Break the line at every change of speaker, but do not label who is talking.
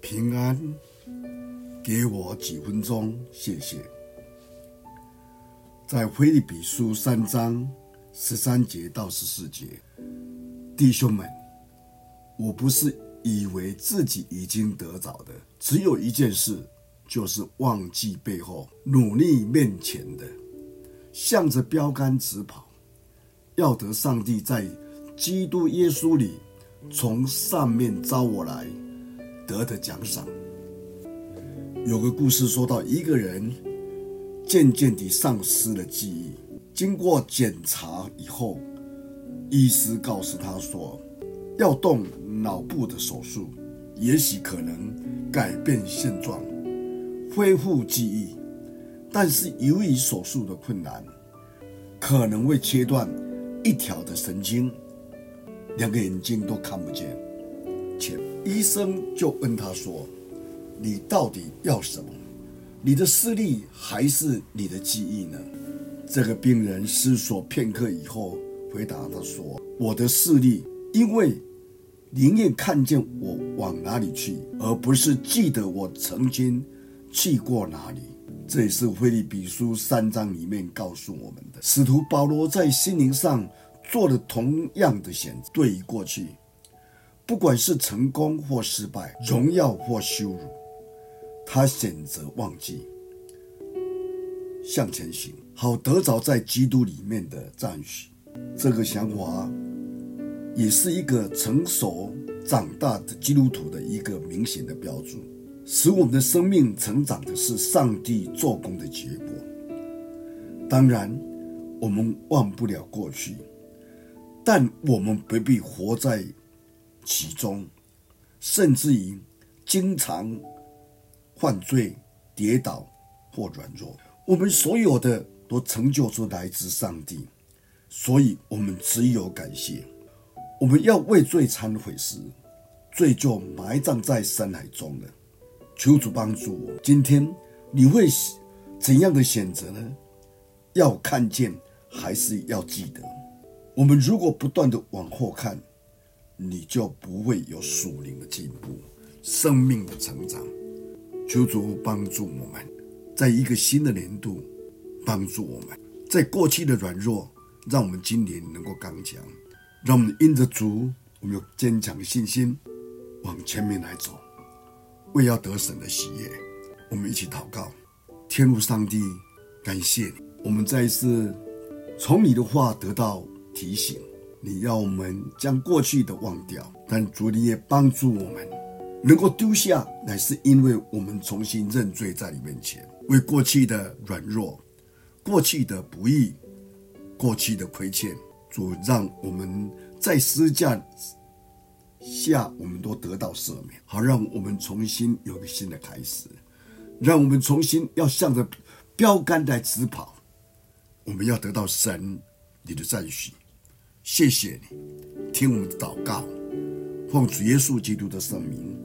平安，给我几分钟，谢谢。在腓立比书3章13节到14节，弟兄们，我不是以为自己已经得着的，只有一件事，就是忘记背后，努力面前的，向着标杆直跑，要得上帝在基督耶稣里从上面招我来得的奖赏。有个故事说到，一个人渐渐地丧失了记忆，经过检查以后，医师告诉他说，要动脑部的手术，也许可能改变现状，恢复记忆，但是由于手术的困难，可能会切断一条的神经，两个眼睛都看不见。医生就问他说，你到底要什么？你的视力还是你的记忆呢？这个病人思索片刻以后回答他说，我的视力，因为宁愿看见我往哪里去，而不是记得我曾经去过哪里。这也是腓立比书3章里面告诉我们的。使徒保罗在心灵上做了同样的选择，对于过去，不管是成功或失败，荣耀或羞辱，他选择忘记，向前行，好得着在基督里面的赞许。这个想法也是一个成熟长大的基督徒的一个明显的标注。使我们的生命成长的是上帝做工的结果。当然，我们忘不了过去，但我们不必活在其中，甚至于经常犯罪、跌倒或软弱。我们所有的都成就是来自上帝，所以我们只有感谢。我们要为罪忏悔时，罪就埋葬在深海中了。求主帮助我，今天你会怎样的选择呢？要看见还是要记得？我们如果不断的往后看，你就不会有属灵的进步，生命的成长。求主帮助我们，在一个新的年度帮助我们，在过去的软弱，让我们今年能够刚强，让我们因着主，我们有坚强的信心往前面来走，为要得神的喜悦。我们一起祷告。天父上帝，感谢你，我们再一次从你的话得到提醒，你要我们将过去的忘掉，但主你也帮助我们能够丢下，乃是因为我们重新认罪在你面前，为过去的软弱、过去的不义、过去的亏欠，主让我们在十字架下我们都得到赦免，好让我们重新有个新的开始，让我们重新要向着标杆来直跑，我们要得到神你的赞许。谢谢你听我们的祷告，奉主耶稣基督的圣名。